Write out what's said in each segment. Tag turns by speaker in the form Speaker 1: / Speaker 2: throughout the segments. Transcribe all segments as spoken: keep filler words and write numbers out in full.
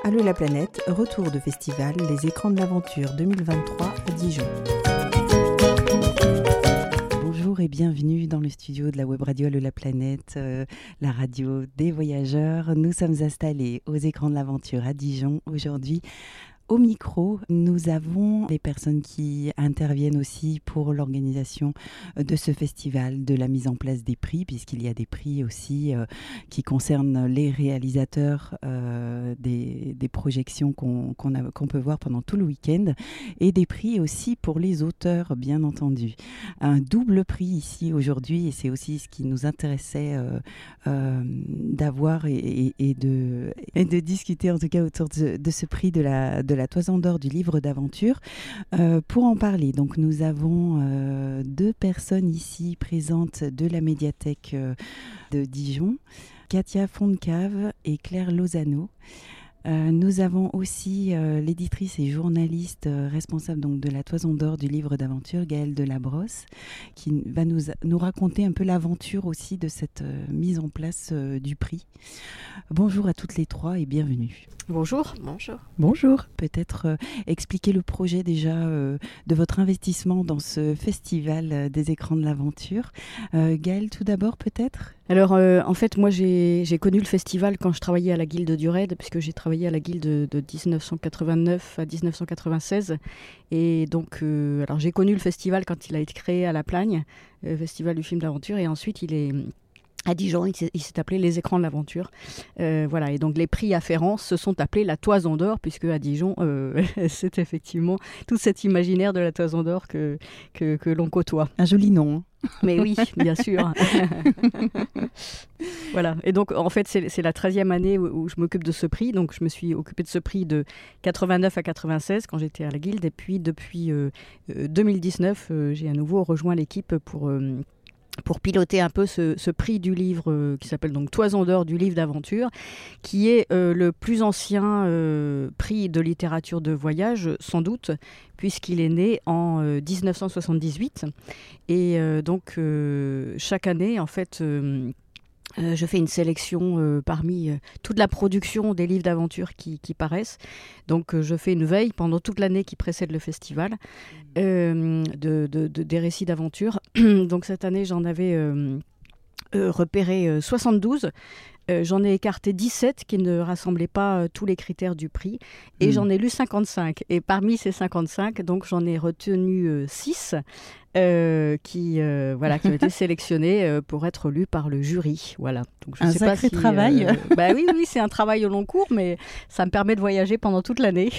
Speaker 1: Allô la planète, retour de festival Les Écrans de l'Aventure deux mille vingt-trois à Dijon. Bonjour et bienvenue dans le studio de la web radio Allô la planète, euh, la radio des voyageurs. Nous sommes installés aux Écrans de l'Aventure à Dijon aujourd'hui. Au micro, nous avons des personnes qui interviennent aussi pour l'organisation de ce festival, de la mise en place des prix, puisqu'il y a des prix aussi euh, qui concernent les réalisateurs euh, des, des projections qu'on, qu'on, a, qu'on peut voir pendant tout le week-end, et des prix aussi pour les auteurs, bien entendu. Un double prix ici aujourd'hui, et c'est aussi ce qui nous intéressait euh, euh, d'avoir et, et, et, de, et de discuter en tout cas autour de, de ce prix de la, de la la Toison d'Or du livre d'aventure. Euh, pour en parler, donc, nous avons euh, deux personnes ici présentes de la médiathèque euh, de Dijon, Katia Fontcave et Claire Lozano. Euh, nous avons aussi euh, l'éditrice et journaliste euh, responsable donc, de la Toison d'Or du livre d'aventure, Gaëlle Delabrosse, qui va nous, nous raconter un peu l'aventure aussi de cette euh, mise en place euh, du prix. Bonjour à toutes les trois et bienvenue.
Speaker 2: Bonjour. Bonjour.
Speaker 1: Bonjour. Peut-être euh, expliquer le projet déjà euh, de votre investissement dans ce festival euh, des Écrans de l'Aventure. Euh, Gaëlle, tout d'abord peut-être ?
Speaker 2: Alors euh, en fait moi j'ai, j'ai connu le festival quand je travaillais à la Guilde du Raid, puisque j'ai travaillé à la Guilde de, de dix-neuf cent quatre-vingt-neuf à dix-neuf cent quatre-vingt-seize, et donc euh, alors j'ai connu le festival quand il a été créé à La Plagne, le festival du film d'aventure, et ensuite il est à Dijon, il s'est, il s'est appelé Les Écrans de l'Aventure. Euh, voilà, et donc les prix afférents se sont appelés la Toison d'Or, puisque à Dijon, euh, c'est effectivement tout cet imaginaire de la Toison d'Or que, que, que l'on côtoie.
Speaker 1: Un joli nom, hein.
Speaker 2: Mais oui, bien sûr. Voilà, et donc en fait c'est, c'est la treizième année où, où je m'occupe de ce prix, donc je me suis occupée de ce prix de quatre-vingt-neuf à quatre-vingt-seize quand j'étais à la Guilde, et puis depuis euh, deux mille dix-neuf, euh, j'ai à nouveau rejoint l'équipe pour... Euh, pour piloter un peu ce, ce prix du livre euh, qui s'appelle donc Toison d'Or du livre d'aventure, qui est euh, le plus ancien euh, prix de littérature de voyage, sans doute, puisqu'il est né en euh, dix-neuf cent soixante-dix-huit. Et euh, donc, euh, chaque année, en fait... Euh, Euh, je fais une sélection euh, parmi euh, toute la production des livres d'aventure qui, qui paraissent. Donc, euh, je fais une veille pendant toute l'année qui précède le festival euh, de, de, de, des récits d'aventure. Donc, cette année, j'en avais euh, euh, repéré euh, soixante-douze. Euh, j'en ai écarté dix-sept qui ne rassemblaient pas euh, tous les critères du prix. Et mmh. j'en ai lu cinquante-cinq. Et parmi ces cinquante-cinq, donc, j'en ai retenu euh, six. Euh, qui, euh, voilà, qui ont été sélectionnés euh, pour être lus par le jury. Voilà.
Speaker 1: Donc, je un sais sacré pas si, travail.
Speaker 2: Euh, bah oui, oui, c'est un travail au long cours, mais ça me permet de voyager pendant toute l'année.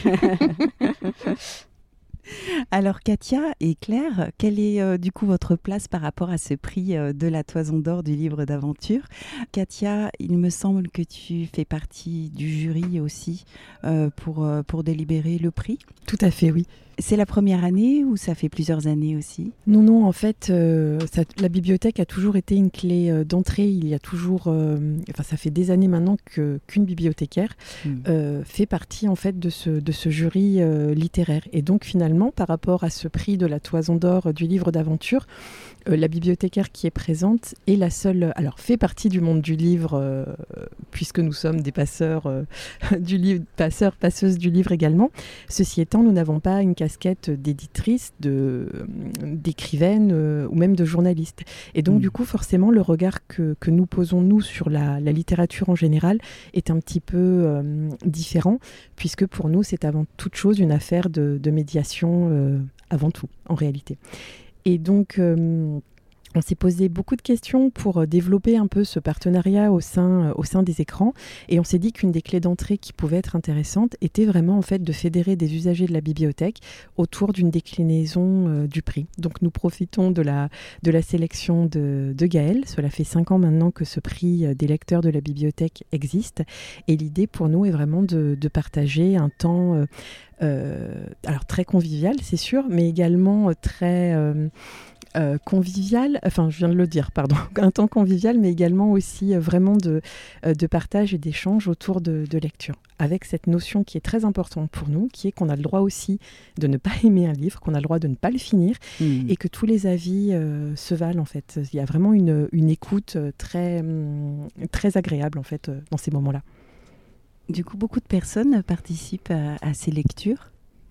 Speaker 1: Alors Katia et Claire, quelle est euh, du coup votre place par rapport à ce prix euh, de la Toison d'Or du livre d'aventure ? Katia, il me semble que tu fais partie du jury aussi euh, pour, euh, pour délibérer le prix.
Speaker 3: Tout à fait, oui.
Speaker 1: C'est la première année ou ça fait plusieurs années aussi ?
Speaker 3: Non, non, en fait, euh, ça, la bibliothèque a toujours été une clé euh, d'entrée. Il y a toujours, euh, enfin, ça fait des années maintenant que, qu'une bibliothécaire mmh. euh, fait partie en fait de ce, de ce jury euh, littéraire. Et donc finalement, par rapport à ce prix de la Toison d'Or du livre d'aventure, euh, la bibliothécaire qui est présente est la seule, alors fait partie du monde du livre, euh, puisque nous sommes des passeurs euh, du livre, passeurs, passeuses du livre également. Ceci étant, nous n'avons pas une casquette d'éditrice, de, d'écrivaine euh, ou même de journaliste. Et donc, mmh. du coup, forcément, le regard que, que nous posons, nous, sur la, la littérature en général est un petit peu euh, différent, puisque pour nous, c'est avant toute chose une affaire de, de médiation, euh, avant tout, en réalité. Et donc... Euh, On s'est posé beaucoup de questions pour développer un peu ce partenariat au sein, au sein des écrans, et on s'est dit qu'une des clés d'entrée qui pouvait être intéressante était vraiment en fait de fédérer des usagers de la bibliothèque autour d'une déclinaison euh, du prix. Donc nous profitons de la, de la sélection de, de Gaëlle. Cela fait cinq ans maintenant que ce prix des lecteurs de la bibliothèque existe, et l'idée pour nous est vraiment de, de partager un temps euh, euh, alors très convivial, c'est sûr, mais également très... Euh, Euh, convivial, enfin je viens de le dire, pardon, un temps convivial, mais également aussi euh, vraiment de, euh, de partage et d'échange autour de, de lecture, avec cette notion qui est très importante pour nous, qui est qu'on a le droit aussi de ne pas aimer un livre, qu'on a le droit de ne pas le finir, mmh. et que tous les avis euh, se valent en fait. Il y a vraiment une, une écoute très, très agréable en fait dans ces moments-là.
Speaker 1: Du coup, beaucoup de personnes participent à, à ces lectures.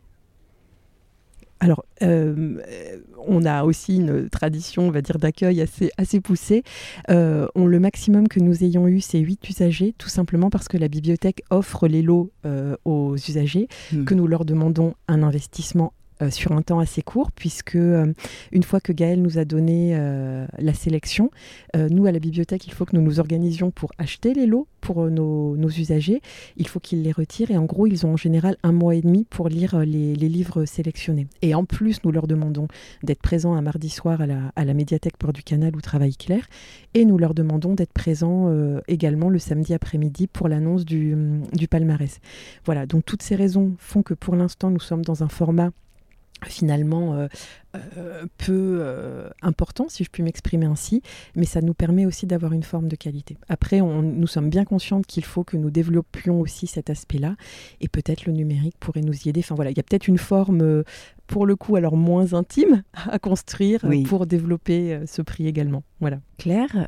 Speaker 3: Alors, euh, on a aussi une tradition, on va dire, d'accueil assez, assez poussée. Euh, on, le maximum que nous ayons eu, c'est huit usagers, tout simplement parce que la bibliothèque offre les lots euh, aux usagers, mmh. que nous leur demandons un investissement Euh, sur un temps assez court, puisque euh, une fois que Gaël nous a donné euh, la sélection, euh, nous à la bibliothèque, il faut que nous nous organisions pour acheter les lots pour euh, nos, nos usagers. Il faut qu'ils les retirent et en gros, ils ont en général un mois et demi pour lire euh, les, les livres sélectionnés. Et en plus, nous leur demandons d'être présents un mardi soir à la, à la médiathèque Port du Canal où travaille Claire, et nous leur demandons d'être présents euh, également le samedi après-midi pour l'annonce du, du palmarès. Voilà, donc toutes ces raisons font que pour l'instant, nous sommes dans un format finalement euh, euh, peu euh, important, si je puis m'exprimer ainsi, mais ça nous permet aussi d'avoir une forme de qualité. Après, on, nous sommes bien conscientes qu'il faut que nous développions aussi cet aspect-là, et peut-être le numérique pourrait nous y aider. Enfin voilà, il y a peut-être une forme, euh, pour le coup, alors moins intime à construire oui. pour développer euh, ce prix également. Voilà.
Speaker 1: Claire,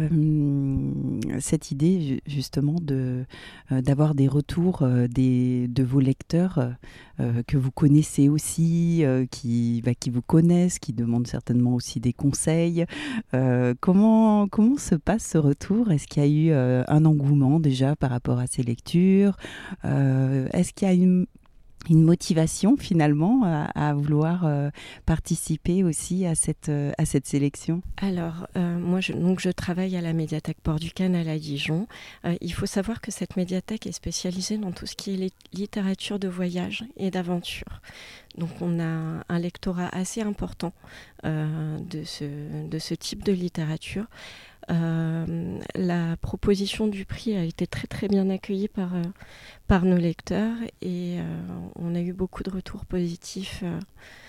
Speaker 1: euh, cette idée justement de, euh, d'avoir des retours euh, des, de vos lecteurs euh, que vous connaissez aussi, euh, qui, bah, qui vous connaissent, qui demandent certainement aussi des conseils. Euh, comment, comment se passe ce retour ? Est-ce qu'il y a eu euh, un engouement déjà par rapport à ces lectures ? euh, Est-ce qu'il y a une une motivation finalement à, à vouloir euh, participer aussi à cette, euh, à cette sélection ?
Speaker 4: Alors, euh, moi, je, donc, je travaille à la médiathèque Port du Canal à Dijon. Euh, il faut savoir que cette médiathèque est spécialisée dans tout ce qui est li- littérature de voyage et d'aventure. Donc, on a un lectorat assez important euh, de, ce, de ce type de littérature. Euh, la proposition du prix a été très très bien accueillie par, euh, par nos lecteurs et euh, on a eu beaucoup de retours positifs euh,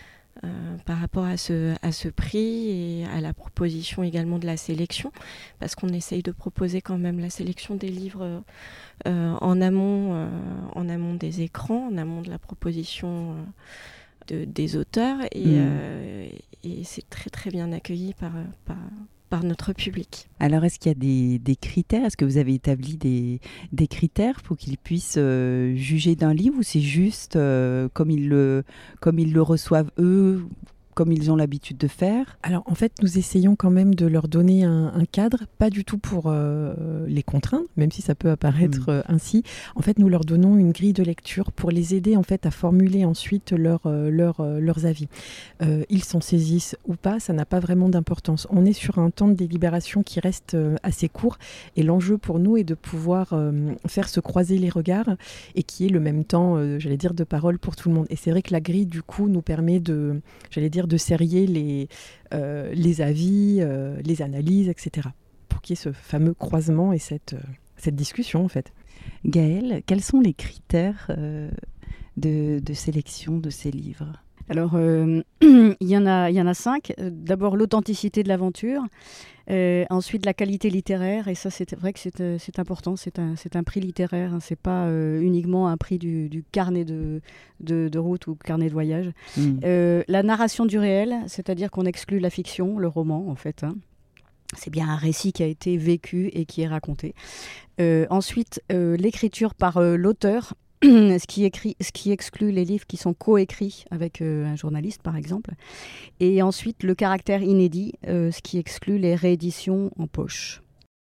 Speaker 4: euh, par rapport à ce, à ce prix et à la proposition également de la sélection, parce qu'on essaye de proposer quand même la sélection des livres euh, en amont, euh, en amont des écrans, en amont de la proposition euh, de, des auteurs et, mmh. euh, et c'est très très bien accueilli par, par par notre public.
Speaker 1: Alors, est-ce qu'il y a des, des critères ? Est-ce que vous avez établi des, des critères pour qu'ils puissent euh, juger d'un livre, ou c'est juste euh, comme, ils le, comme ils le reçoivent eux, comme ils ont l'habitude de faire ?
Speaker 3: Alors, en fait, nous essayons quand même de leur donner un, un cadre, pas du tout pour euh, les contraindre, même si ça peut apparaître mmh. euh, ainsi. En fait, nous leur donnons une grille de lecture pour les aider en fait à formuler ensuite leur, euh, leur, euh, leurs avis. Euh, ils s'en saisissent ou pas, ça n'a pas vraiment d'importance. On est sur un temps de délibération qui reste euh, assez court, et l'enjeu pour nous est de pouvoir euh, faire se croiser les regards et qui est le même temps, euh, j'allais dire, de parole pour tout le monde. Et c'est vrai que la grille, du coup, nous permet de, j'allais dire, de serrer les, euh, les avis, euh, les analyses, et cetera. Pour qu'il y ait ce fameux croisement et cette, euh, cette discussion, en fait.
Speaker 1: Gaëlle, quels sont les critères euh, de, de sélection de ces livres ?
Speaker 2: Alors, euh, il y en a, il y en a cinq. D'abord, l'authenticité de l'aventure. Euh, ensuite, la qualité littéraire. Et ça, c'est vrai que c'est, euh, c'est important. C'est un, c'est un prix littéraire. Hein. Ce n'est pas euh, uniquement un prix du, du carnet de, de, de route ou carnet de voyage. Mmh. Euh, la narration du réel, c'est-à-dire qu'on exclut la fiction, le roman, en fait. Hein. C'est bien un récit qui a été vécu et qui est raconté. Euh, ensuite, euh, l'écriture par euh, l'auteur. Ce qui, écrit, ce qui exclut les livres qui sont coécrits avec euh, un journaliste, par exemple. Et ensuite, le caractère inédit, euh, ce qui exclut les rééditions en poche.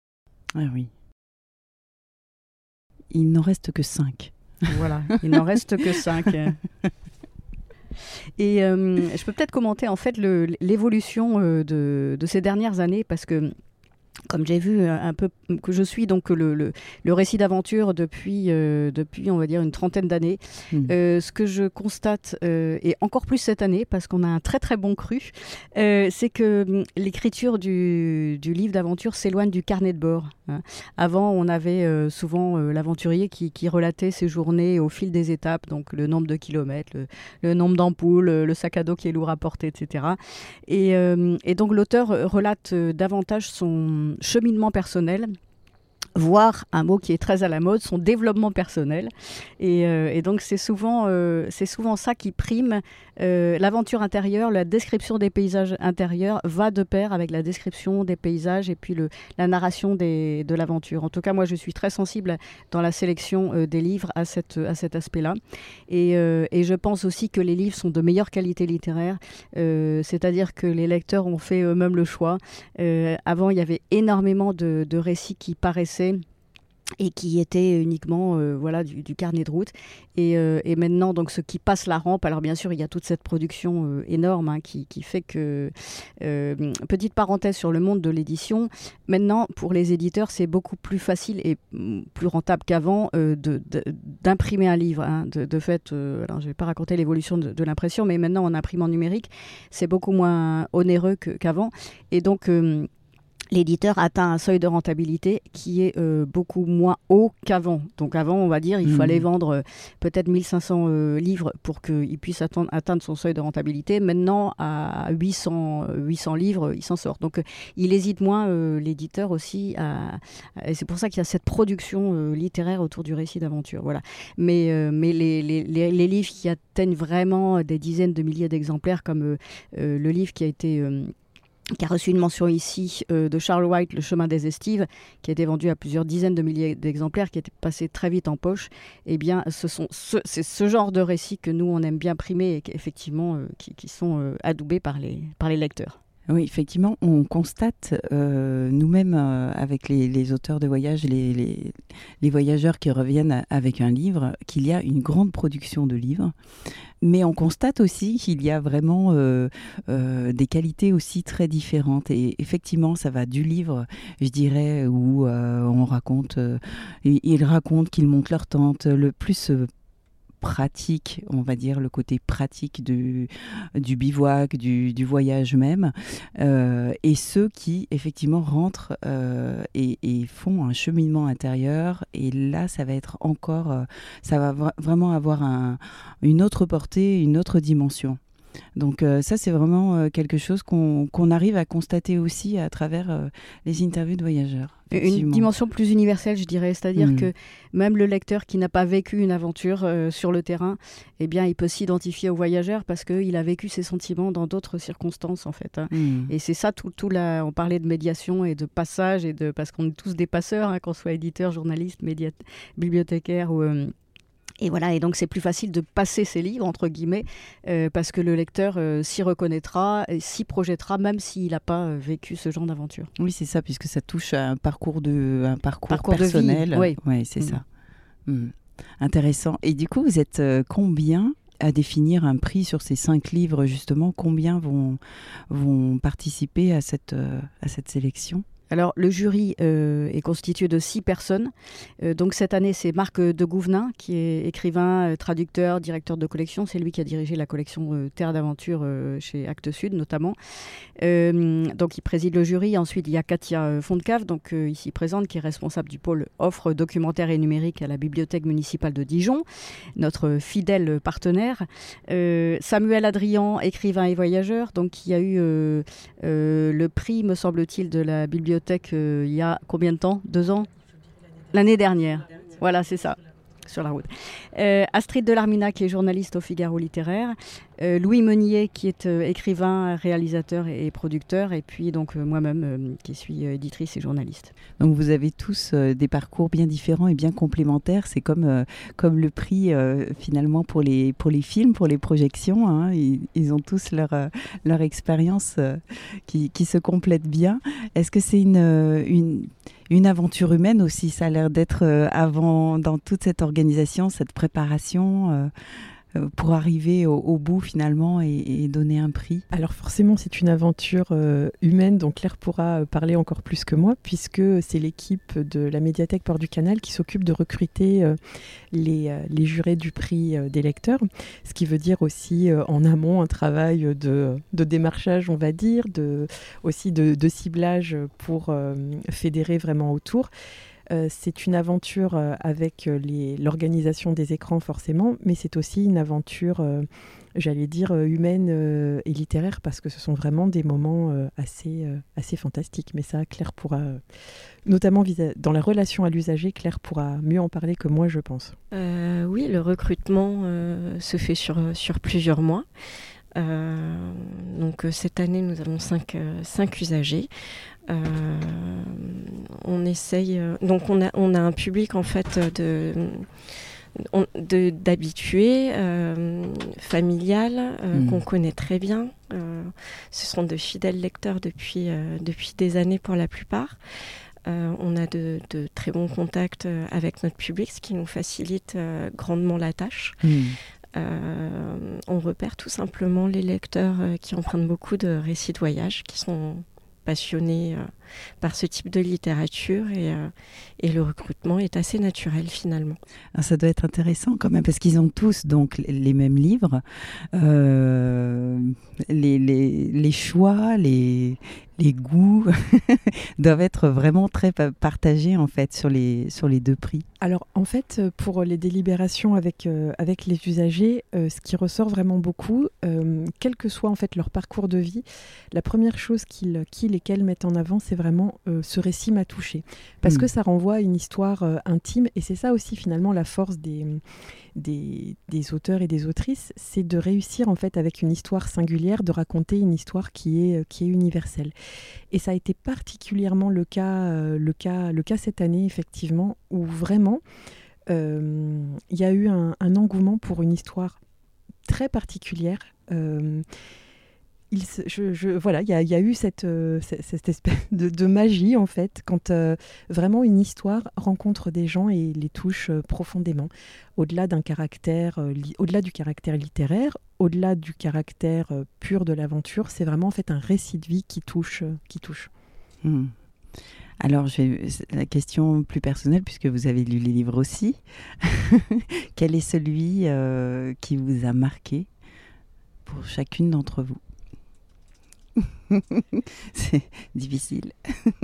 Speaker 1: Ah oui. Il n'en reste que cinq.
Speaker 2: Voilà, il n'en reste que cinq. Et euh, je peux peut-être commenter en fait le, l'évolution euh, de, de ces dernières années, parce que comme j'ai vu un peu que je suis donc le, le, le récit d'aventure depuis, euh, depuis, on va dire, une trentaine d'années, mmh. euh, ce que je constate, euh, et encore plus cette année, parce qu'on a un très très bon cru, euh, c'est que l'écriture du, du livre d'aventure s'éloigne du carnet de bord. Hein. Avant, on avait euh, souvent euh, l'aventurier qui, qui relatait ses journées au fil des étapes, donc le nombre de kilomètres, le, le nombre d'ampoules, le sac à dos qui est lourd à porter, et cetera. Et, euh, et donc l'auteur relate euh, davantage son cheminement personnel, voire un mot qui est très à la mode, son développement personnel. Et, euh, et donc c'est souvent, euh, c'est souvent ça qui prime euh, l'aventure intérieure, la description des paysages intérieurs va de pair avec la description des paysages et puis le, la narration des, de l'aventure. En tout cas, moi, je suis très sensible dans la sélection euh, des livres à, cette, à cet aspect-là. Et, euh, et je pense aussi que les livres sont de meilleure qualité littéraire, euh, c'est-à-dire que les lecteurs ont fait eux-mêmes le choix. Euh, avant, il y avait énormément de, de récits qui paraissaient et qui était uniquement euh, voilà, du, du carnet de route. Et, euh, et maintenant, donc, ce qui passe la rampe, alors bien sûr, il y a toute cette production euh, énorme hein, qui, qui fait que... Euh, petite parenthèse sur le monde de l'édition, maintenant, pour les éditeurs, c'est beaucoup plus facile et plus rentable qu'avant euh, de, de, d'imprimer un livre. Hein. De, de fait, euh, alors, je ne vais pas raconter l'évolution de, de l'impression, mais maintenant, en imprimant numérique, c'est beaucoup moins onéreux que, qu'avant. Et donc... Euh, l'éditeur atteint un seuil de rentabilité qui est euh, beaucoup moins haut qu'avant. Donc avant, on va dire, il mmh. fallait vendre euh, peut-être mille cinq cents euh, livres pour qu'il puisse attendre, atteindre son seuil de rentabilité. Maintenant, à huit cents, huit cents livres, il s'en sort. Donc euh, il hésite moins, euh, l'éditeur aussi. À... Et c'est pour ça qu'il y a cette production euh, littéraire autour du récit d'aventure. Voilà. Mais, euh, mais les, les, les, les livres qui atteignent vraiment des dizaines de milliers d'exemplaires, comme euh, euh, le livre qui a été... Euh, qui a reçu une mention ici euh, de Charles White, Le chemin des estives, qui a été vendu à plusieurs dizaines de milliers d'exemplaires, qui était passé très vite en poche. Eh bien, ce sont ce, c'est ce genre de récits que nous, on aime bien primer et effectivement, euh, qui, qui sont euh, adoubés par les, par les lecteurs.
Speaker 1: Oui, effectivement, on constate euh, nous-mêmes euh, avec les, les auteurs de voyage, les, les, les voyageurs qui reviennent avec un livre, qu'il y a une grande production de livres. Mais on constate aussi qu'il y a vraiment euh, euh, des qualités aussi très différentes. Et effectivement, ça va du livre, je dirais, où euh, on raconte, euh, ils racontent qu'ils montent leur tente, le plus euh, pratique, on va dire, le côté pratique du, du bivouac, du, du voyage même, euh, et ceux qui, effectivement, rentrent euh, et, et font un cheminement intérieur. Et là, ça va être encore, euh, ça va v- vraiment avoir un, une autre portée, une autre dimension. Donc euh, ça, c'est vraiment euh, quelque chose qu'on, qu'on arrive à constater aussi à travers euh, les interviews de voyageurs.
Speaker 2: Une dimension plus universelle, je dirais, c'est-à-dire
Speaker 1: mmh.
Speaker 2: que même le lecteur qui n'a pas vécu une aventure euh, sur le terrain, eh bien, il peut s'identifier au voyageur parce qu'il a vécu ses sentiments dans d'autres circonstances, en fait. Hein. Mmh. Et c'est ça, tout, tout là, on parlait de médiation et de passage, et de, parce qu'on est tous des passeurs, hein, qu'on soit éditeur, journaliste, médiat- bibliothécaire ou... Euh, Et voilà, et donc c'est plus facile de passer ces livres, entre guillemets, euh, parce que le lecteur euh, s'y reconnaîtra, s'y projettera, même s'il n'a pas euh, vécu ce genre d'aventure.
Speaker 1: Oui, c'est ça, puisque ça touche à un parcours, de, un parcours,
Speaker 2: parcours
Speaker 1: personnel.
Speaker 2: De vie, oui,
Speaker 1: ouais, c'est mmh. ça.
Speaker 2: Mmh.
Speaker 1: Intéressant. Et du coup, vous êtes euh, combien à définir un prix sur ces cinq livres, justement? Combien vont, vont participer à cette, euh, à cette sélection?
Speaker 2: Alors, le jury euh, est constitué de six personnes. Euh, donc, cette année, c'est Marc de Gouvenin, qui est écrivain, euh, traducteur, directeur de collection. C'est lui qui a dirigé la collection euh, Terre d'aventure euh, chez Actes Sud, notamment. Euh, donc, il préside le jury. Ensuite, il y a Katia Fontcave, donc euh, ici présente, qui est responsable du pôle offre documentaire et numérique à la Bibliothèque municipale de Dijon, notre fidèle partenaire. Euh, Samuel Adrian, écrivain et voyageur, donc qui a eu euh, euh, le prix, me semble-t-il, de la bibliothèque Euh, il y a combien de temps? Deux ans? L'année dernière. Voilà, c'est ça, sur la route. Euh, Astrid Delarminac, qui est journaliste au Figaro littéraire. Euh, Louis Meunier, qui est euh, écrivain, réalisateur et, et producteur. Et puis donc euh, moi-même, euh, qui suis euh, éditrice et journaliste.
Speaker 1: Donc vous avez tous euh, des parcours bien différents et bien complémentaires. C'est comme, euh, comme le prix euh, finalement pour les, pour les films, pour les projections. Hein. Ils, ils ont tous leur, euh, leur expérience euh, qui, qui se complète bien. Est-ce que c'est une, euh, une, une aventure humaine aussi? Ça a l'air d'être euh, avant, dans toute cette organisation, cette préparation euh, pour arriver au, au bout finalement et, et donner un prix?
Speaker 3: Alors forcément, c'est une aventure euh, humaine, donc Claire pourra parler encore plus que moi, puisque c'est l'équipe de la médiathèque Port du Canal qui s'occupe de recruter euh, les, euh, les jurés du prix euh, des lecteurs, ce qui veut dire aussi euh, en amont un travail de, de démarchage, on va dire, de, aussi de, de ciblage pour euh, fédérer vraiment autour. Euh, c'est une aventure euh, avec euh, les, l'organisation des écrans forcément, mais c'est aussi une aventure, euh, j'allais dire, euh, humaine euh, et littéraire, parce que ce sont vraiment des moments euh, assez, euh, assez fantastiques. Mais ça, Claire pourra, euh, notamment vis- dans la relation à l'usager, Claire pourra mieux en parler que moi, je pense.
Speaker 4: Euh, oui, le recrutement euh, se fait sur, sur plusieurs mois. Euh, donc cette année, nous avons cinq, euh, cinq usagers. Euh, on essaye. Euh, donc on a, on a un public en fait de, de, d'habitués, euh, familial, euh, mmh. qu'on connaît très bien. Euh, ce sont de fidèles lecteurs depuis, euh, depuis des années pour la plupart. Euh, on a de, de très bons contacts avec notre public, ce qui nous facilite euh, grandement la tâche. Mmh. Euh, on repère tout simplement les lecteurs euh, qui empruntent beaucoup de récits de voyage, qui sont passionnés euh, par ce type de littérature et, euh, et le recrutement est assez naturel finalement.
Speaker 1: Alors ça doit être intéressant quand même parce qu'ils ont tous donc les mêmes livres, euh, les, les, les choix, les, les goûts doivent être vraiment très partagés en fait sur les, sur les deux prix.
Speaker 3: Alors en fait pour les délibérations avec, euh, avec les usagers, euh, ce qui ressort vraiment beaucoup, euh, quel que soit en fait leur parcours de vie, la première chose qu'ils, qu'ils et qu'elles mettent en avant, c'est vraiment euh, ce récit m'a touché. Parce mmh. que ça renvoie à une histoire euh, intime et c'est ça aussi finalement la force des, des, des auteurs et des autrices, c'est de réussir en fait avec une histoire singulière, de raconter une histoire qui est, qui est universelle. Et ça a été particulièrement le cas, euh, le cas, le cas cette année effectivement, où vraiment il euh, y a eu un, un engouement pour une histoire très particulière. Euh, Il, je, je, voilà, il y, y a eu cette, euh, cette espèce de, de magie en fait, quand euh, vraiment une histoire rencontre des gens et les touche euh, profondément, au-delà d'un caractère, euh, li- au-delà du caractère littéraire, au-delà du caractère euh, pur de l'aventure, c'est vraiment en fait un récit de vie qui touche, euh, qui touche.
Speaker 1: Mmh. Alors, j'ai la question plus personnelle, puisque vous avez lu les livres aussi. Quel est celui euh, qui vous a marqué pour chacune d'entre vous? C'est difficile.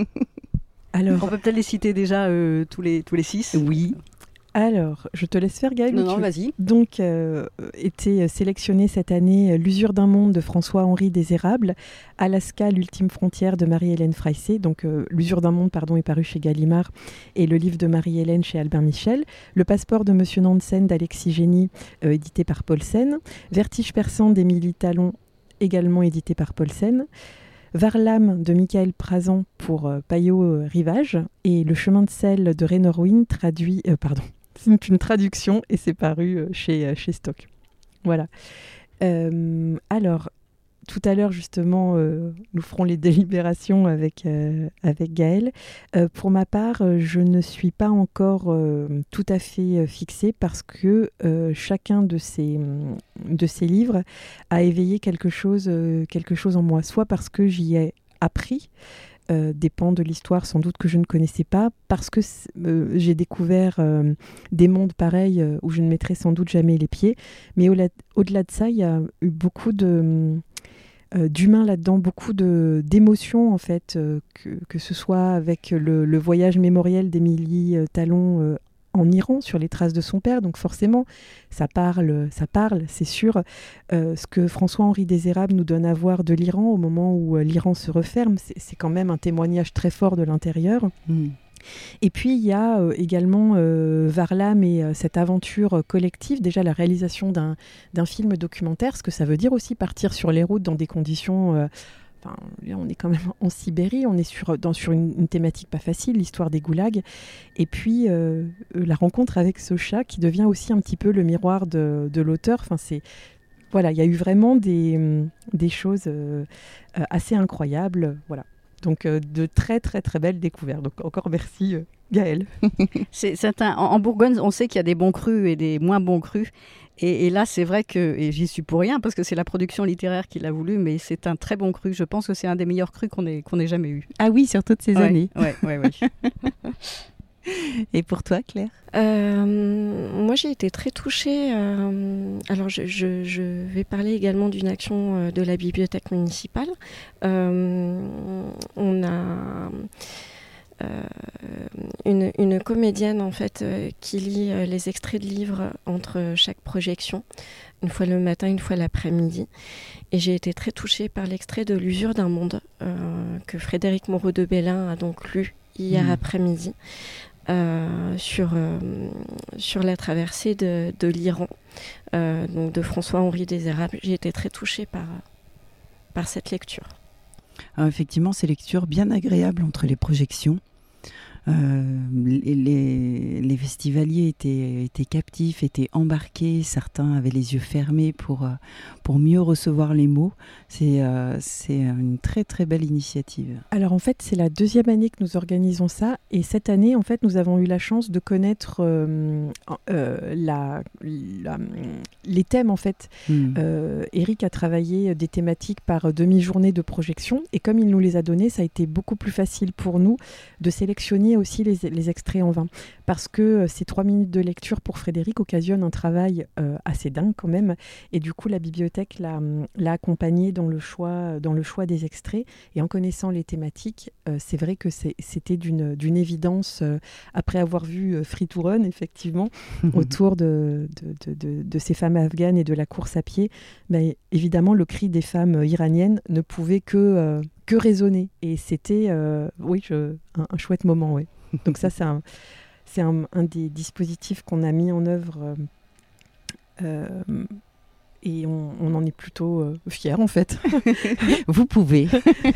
Speaker 2: Alors, on peut peut-être les citer déjà euh, tous, les, tous les six.
Speaker 1: Oui.
Speaker 3: Alors, je te laisse faire, Gaëlle.
Speaker 2: Non, non, vas-y.
Speaker 3: Donc, euh, était sélectionné cette année L'usure d'un monde de François-Henri Désérable, Alaska, l'ultime frontière de Marie-Hélène Freissé. Donc, euh, L'usure d'un monde, pardon, est paru chez Gallimard et le livre de Marie-Hélène chez Albin Michel. Le passeport de Monsieur Nansen d'Alexis Génie, euh, édité par Paulsen. Vertige perçant d'Émilie Talon, également édité par Paulsen. Varlam de Michael Prazan pour euh, Payot euh, Rivage et Le chemin de sel de Ray Norwin traduit, euh, pardon, c'est une traduction et c'est paru euh, chez, euh, chez Stock. Voilà. Euh, alors, tout à l'heure, justement, euh, nous ferons les délibérations avec, euh, avec Gaëlle. Euh, pour ma part, euh, je ne suis pas encore euh, tout à fait euh, fixée parce que euh, chacun de ces, de ces livres a éveillé quelque chose, euh, quelque chose en moi. Soit parce que j'y ai appris euh, des pans de l'histoire sans doute que je ne connaissais pas, parce que euh, j'ai découvert euh, des mondes pareils euh, où je ne mettrais sans doute jamais les pieds. Mais au-delà, au-delà de ça, il y a eu beaucoup de... Euh, d'humain là-dedans, beaucoup de, d'émotions en fait, euh, que, que ce soit avec le, le voyage mémoriel d'Émilie euh, Talon euh, en Iran sur les traces de son père, donc forcément ça parle, ça parle, c'est sûr. Euh, ce que François-Henri Désérable nous donne à voir de l'Iran au moment où euh, l'Iran se referme, c'est, c'est quand même un témoignage très fort de l'intérieur. Mmh. Et puis il y a euh, également euh, Varlam et euh, cette aventure collective, déjà la réalisation d'un, d'un film documentaire, ce que ça veut dire aussi partir sur les routes dans des conditions... Euh, Enfin, on est quand même en Sibérie, on est sur, dans, sur une, une thématique pas facile, l'histoire des goulags. Et puis, euh, la rencontre avec ce chat qui devient aussi un petit peu le miroir de, de l'auteur. Enfin, c'est, voilà, il y a eu vraiment des, des choses euh, assez incroyables. Voilà. Donc, euh, de très, très, très belles découvertes. Donc, encore merci, euh, Gaëlle.
Speaker 2: c'est, c'est un, en Bourgogne, on sait qu'il y a des bons crus et des moins bons crus. Et, et là, c'est vrai que, et j'y suis pour rien, parce que c'est la production littéraire qui l'a voulu, mais c'est un très bon cru. Je pense que c'est un des meilleurs crus qu'on ait, qu'on ait jamais eu.
Speaker 1: Ah oui, sur toutes ces
Speaker 2: ouais,
Speaker 1: années.
Speaker 2: Oui, oui, oui.
Speaker 1: Et pour toi, Claire ?
Speaker 4: euh, Moi, j'ai été très touchée. Euh, alors, je, je, je vais parler également d'une action de la bibliothèque municipale. Euh, on a... euh, une, une comédienne en fait euh, qui lit euh, les extraits de livres entre chaque projection, une fois le matin, une fois l'après-midi. Et j'ai été très touchée par l'extrait de L'usure d'un monde euh, que Frédéric Moreau de Bellin a donc lu hier mmh. après-midi euh, sur, euh, sur la traversée de, de l'Iran, euh, donc de François-Henri Désérable. J'ai été très touchée par, par cette lecture.
Speaker 1: Alors effectivement, ces lectures bien agréables entre les projections. Euh, les, les, les festivaliers étaient, étaient captifs, étaient embarqués, certains avaient les yeux fermés pour, euh, pour mieux recevoir les mots. C'est, euh, c'est une très très belle initiative.
Speaker 3: Alors en fait, c'est la deuxième année que nous organisons ça, et cette année, en fait, nous avons eu la chance de connaître euh, euh, la, la, les thèmes en fait. Mmh. Euh, Eric a travaillé des thématiques par demi-journée de projection, et comme il nous les a données, ça a été beaucoup plus facile pour nous de sélectionner aussi les, les extraits en vain, parce que euh, ces trois minutes de lecture pour Frédéric occasionnent un travail euh, assez dingue quand même, et du coup la bibliothèque l'a, l'a accompagné dans le choix, dans le choix des extraits, et en connaissant les thématiques, euh, c'est vrai que c'est, c'était d'une, d'une évidence, euh, après avoir vu euh, Free to Run effectivement, autour de, de, de, de, de ces femmes afghanes et de la course à pied, mais évidemment le cri des femmes iraniennes ne pouvait que... Euh, que résonner, et c'était euh, oui, je, un, un chouette moment, ouais. Donc ça c'est un, c'est un, un des dispositifs qu'on a mis en œuvre euh, euh, et on, on en est plutôt euh, fiers en fait.
Speaker 1: Vous pouvez.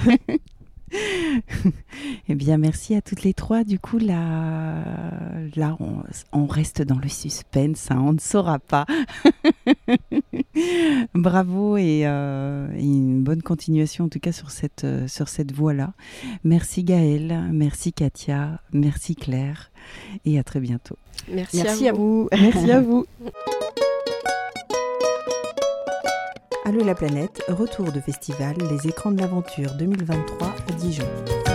Speaker 1: Eh bien, merci à toutes les trois. Du coup, là, là on, on reste dans le suspense, hein, on ne saura pas. Bravo et, euh, et une bonne continuation, en tout cas, sur cette, euh, sur cette voie-là. Merci Gaëlle, merci Katia, merci Claire, et à très bientôt.
Speaker 4: Merci,
Speaker 2: merci à vous.
Speaker 3: À vous. Merci à vous.
Speaker 1: Allô la planète, retour de festival Les Écrans de l'Aventure deux mille vingt-trois à Dijon.